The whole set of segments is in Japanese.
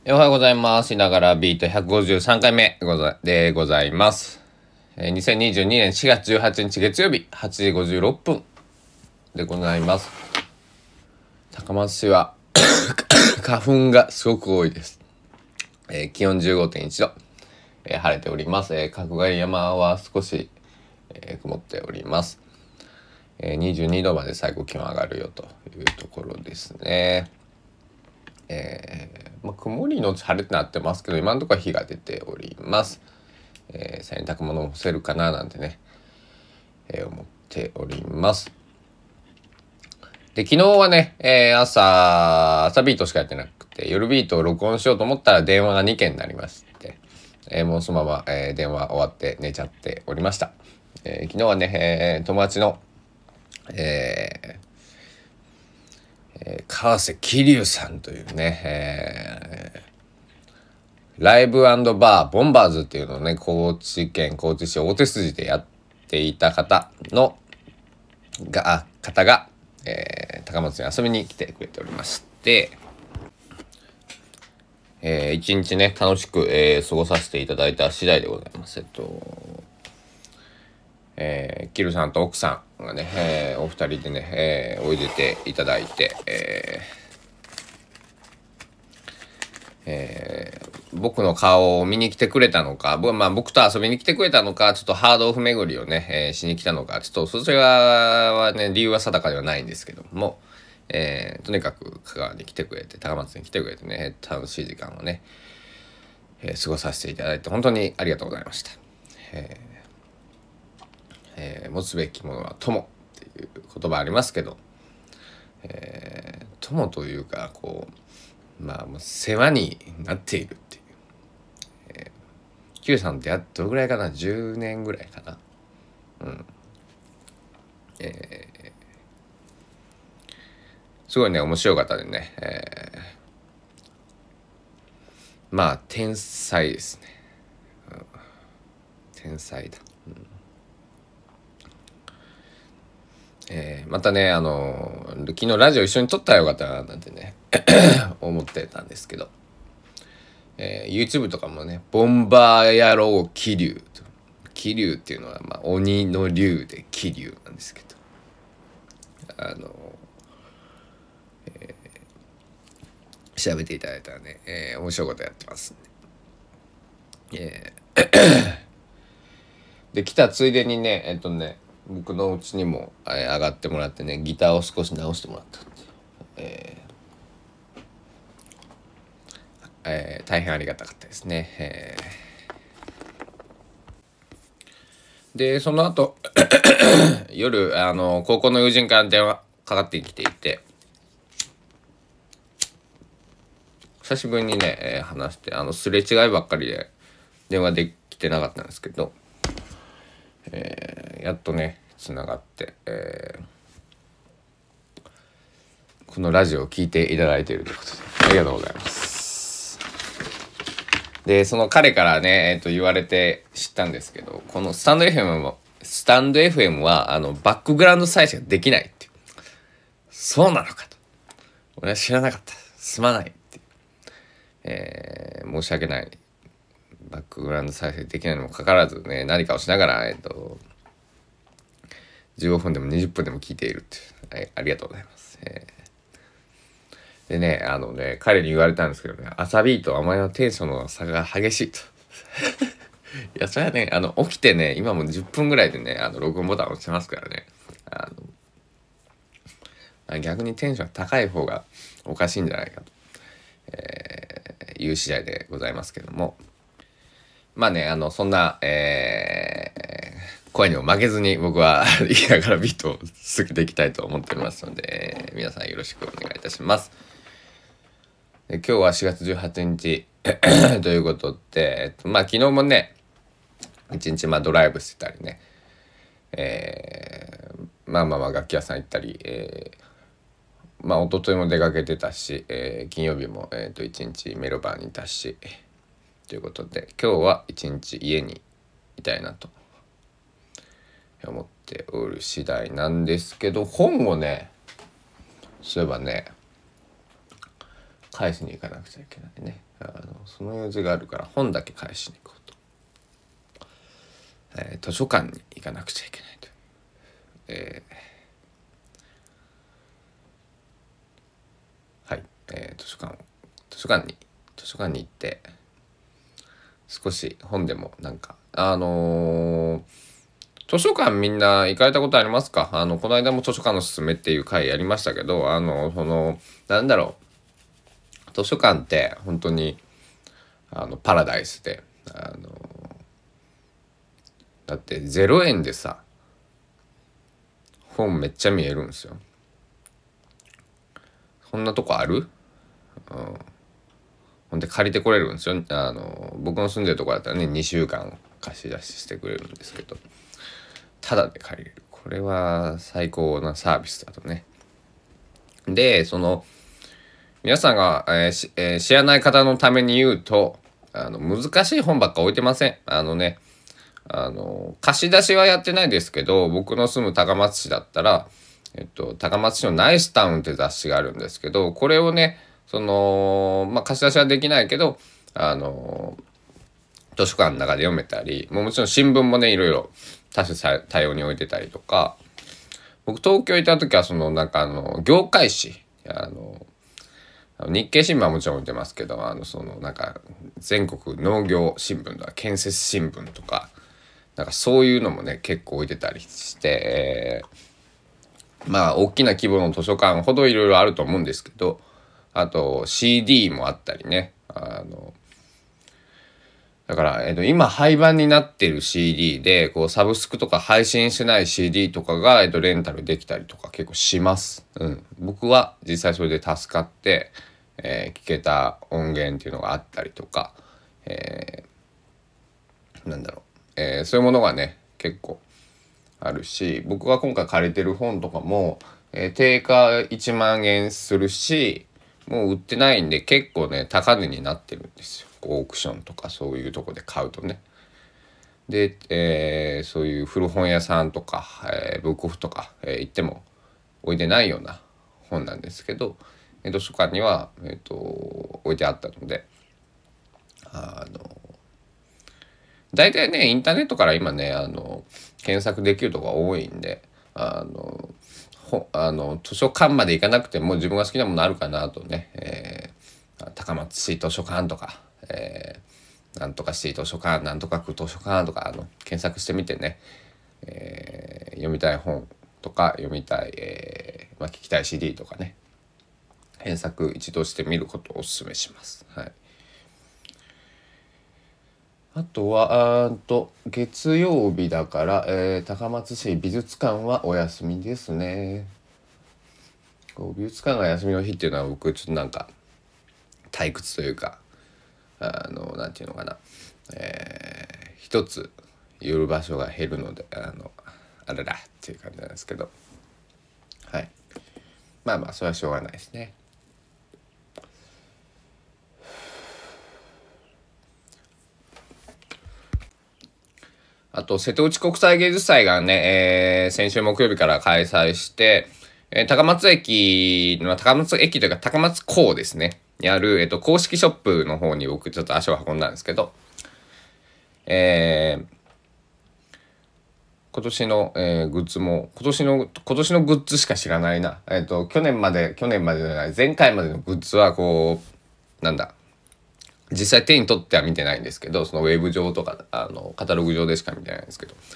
おはようございます。いながらビート153回目でございます。2022年4月18日月曜日8時56分でございます。高松市は花粉がすごく多いです。気温 15.1 度、晴れております。角刈山は少し、曇っております。22度まで最高気温上がるよというところですね。曇りのち晴れってなってますけど、今のところは日が出ております。洗濯物も干せるかななんてね、思っております。で、昨日はね、朝ビートしかやってなくて、夜ビートを録音しようと思ったら電話が2件になりまして、もうそのまま、電話終わって寝ちゃっておりました。昨日はね、友達の、川瀬桐生さんというね、ライブ&バーボンバーズっていうのをね、高知市大手筋でやっていた方が、高松に遊びに来てくれておりまして、一日ね、楽しく、過ごさせていただいた次第でございます。キルさんと奥さんがね、お二人でね、おいでていただいて、僕の顔を見に来てくれたのか、僕と遊びに来てくれたのか、ちょっとハードオフ巡りをね、しに来たのか、ちょっとそちらはね、理由は定かではないんですけども、とにかく香川に来てくれて、高松に来てくれてね、楽しい時間をね、過ごさせていただいて本当にありがとうございました。持つべきものは友っていう言葉ありますけど、友というかこうもう世話になっているっていう、Q さんってどのぐらいかな、10年ぐらいかな。すごいね面白い方でね、天才ですね、天才だ。またね昨日ラジオ一緒に撮ったらよかったななんてね思ってたんですけど、YouTube とかもねボンバー野郎桐生っていうのは、鬼の竜で桐生なんですけど、調べていただいたらね、面白いことやってますんで、で来たついでにね僕のうちにも、上がってもらってねギターを少し直してもらったっていう、大変ありがたかったですね。でその後夜高校の友人から電話かかってきていて、久しぶりにね、話してすれ違いばっかりで電話できてなかったんですけど、やっとねつながって、このラジオを聞いていただいているということでありがとうございます。でその彼からね、言われて知ったんですけど、このスタンド FM はバックグラウンド再生ができないっていう。そうなのかと、俺は知らなかった、すまないっていう、申し訳ない、バックグラウンド再生できないにもかかわらずね、何かをしながら15分でも20分でも聞いているっていう、ありがとうございます。でね彼に言われたんですけどね、朝ビートお前のテンションの差が激しいといやそれはね起きてね今も10分ぐらいでね録音ボタン押してますからね、逆にテンション高い方がおかしいんじゃないかと、いう次第でございますけども、そんな、声にも負けずに僕は言いながらビートを続けていきたいと思っておりますので、皆さんよろしくお願いいたします。で今日は4月18日ということで、昨日もね一日ドライブしてたりね、楽器屋さん行ったり、一昨日も出かけてたし、金曜日も一日メロバーにいたしということで、今日は一日家にいたいなと思っておる次第なんですけど、本をねそういえばね返しに行かなくちゃいけないね。その用事があるから本だけ返しに行こうと、図書館に行かなくちゃいけないと、はい、図書館に行って少し本でもなんか図書館みんな行かれたことありますか？この間も図書館のすすめっていう回やりましたけど、なんだろう、図書館って本当にパラダイスで、だって0円でさ本めっちゃ見えるんですよ。そんなとこある？ほんで借りてこれるんですよ。僕の住んでるとこだったらね2週間貸し出ししてくれるんですけど、タダで借りれる。これは最高なサービスだとね。で皆さんが、知らない方のために言うと、難しい本ばっか置いてません。貸し出しはやってないですけど、僕の住む高松市だったら、高松市のナイスタウンって雑誌があるんですけど、これをね、貸し出しはできないけど、図書館の中で読めたり、もちろん新聞もね、いろいろ多種多様に置いてたりとか、僕東京行った時は業界誌、日経新聞はもちろん置いてますけど、全国農業新聞とか建設新聞とか、そういうのもね結構置いてたりして、大きな規模の図書館ほどいろいろあると思うんですけど、あと CD もあったりね、だから、今廃盤になってる CD でこうサブスクとか配信してない CD とかが、レンタルできたりとか結構します。僕は実際それで助かって、聞けた音源っていうのがあったりとか、そういうものがね結構あるし、僕が今回借りてる本とかも、定価1万円するし、もう売ってないんで結構ね高値になってるんですよ。オークションとかそういうとこで買うとね。で、そういう古本屋さんとか、ブックオフとか、行っても置いてないような本なんですけど、図書館には、置いてあったので、大体ねインターネットから今ね検索できるとこが多いんで、図書館まで行かなくても自分が好きなものあるかなとね、高松市図書館とか、なんとか市図書館なんとか区図書館とか検索してみてね、読みたい本とか読みたい、聞きたい CD とかね検索一度してみることをお勧めします。はい。あとは月曜日だから、高松市美術館はお休みですね。美術館が休みの日っていうのは僕ちょっと退屈というか、なんていうのかな、一つ寄る場所が減るのであららっていう感じなんですけど、はい、それはしょうがないですね。あと瀬戸内国際芸術祭がね、先週木曜日から開催して、高松駅というか高松港ですねにある、公式ショップの方に僕ちょっと足を運んだんですけど、今年の、グッズも今年のグッズしか知らないな。去年までじゃない前回までのグッズはこう実際手に取っては見てないんですけど、そのウェブ上とかカタログ上でしか見てないんですけど、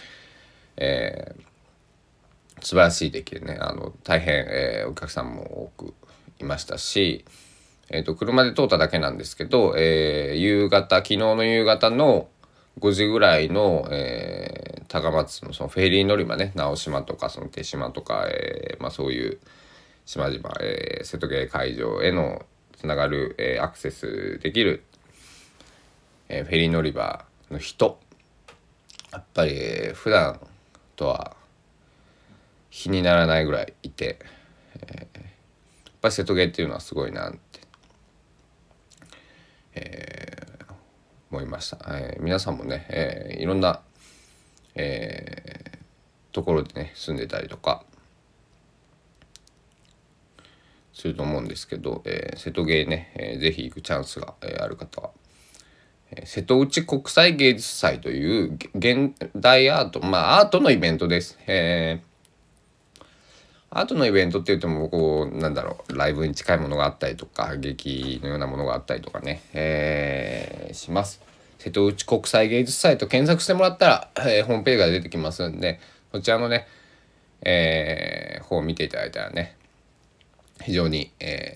素晴らしい出来でね大変、お客さんも多くいましたし、車で通っただけなんですけど、昨日の夕方の5時ぐらいの、高松のそのフェリー乗り場ね、直島とかその手島とか、そういう島々、瀬戸芸会場へのつながる、アクセスできる、フェリー乗り場の人、やっぱり、普段とは比にならないぐらいいて、やっぱり瀬戸芸っていうのはすごいなって、思いました。皆さんもね、いろんな、ところでね住んでたりとかすると思うんですけど、瀬戸芸ね、ぜひ行くチャンスが、ある方は、瀬戸内国際芸術祭という現代アート、アートのイベントです。アートのイベントって言ってもこうなんだろう、ライブに近いものがあったりとか劇のようなものがあったりとかね、します。瀬戸内国際芸術祭と検索してもらったら、ホームページが出てきますんで、こちらのね、方を見ていただいたらね、非常に、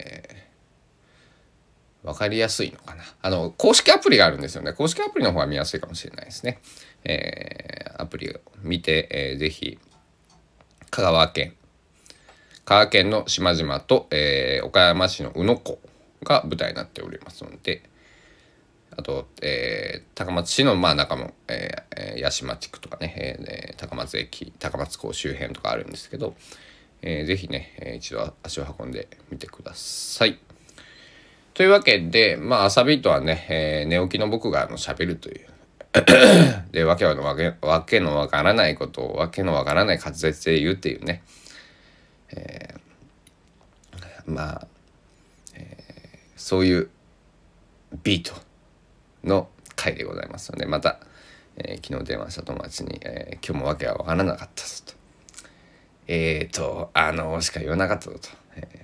分かりやすいのかな。公式アプリがあるんですよね。公式アプリの方が見やすいかもしれないですね。アプリを見て、ぜひ香川県の島々と、岡山市の宇野港が舞台になっておりますので、あと、高松市の中も、八島地区とかね、高松駅高松港周辺とかあるんですけど、ぜひね、一度足を運んでみてください。というわけで、朝ビートはね、寝起きの僕が喋るというでわけのわからないことをわけのわからない滑舌で言うっていうね、そういうビートの回でございますので、また、昨日電話した友達に、今日もわけはわからなかったぞとしか言わなかったぞと、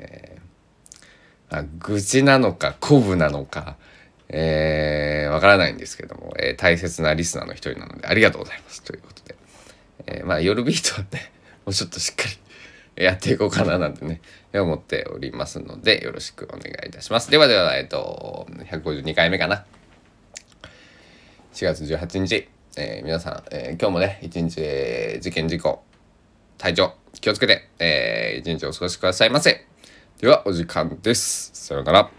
愚痴なのか鼓舞なのか、わからないんですけども、大切なリスナーの一人なのでありがとうございますということで、夜ビートはねもうちょっとしっかりやっていこうかななんてね思っておりますので、よろしくお願いいたします。では152回目かな、4月18日、皆さん、今日もね一日、事件事故体調気をつけて、一日お過ごしくださいませ。ではお時間です。さようなら。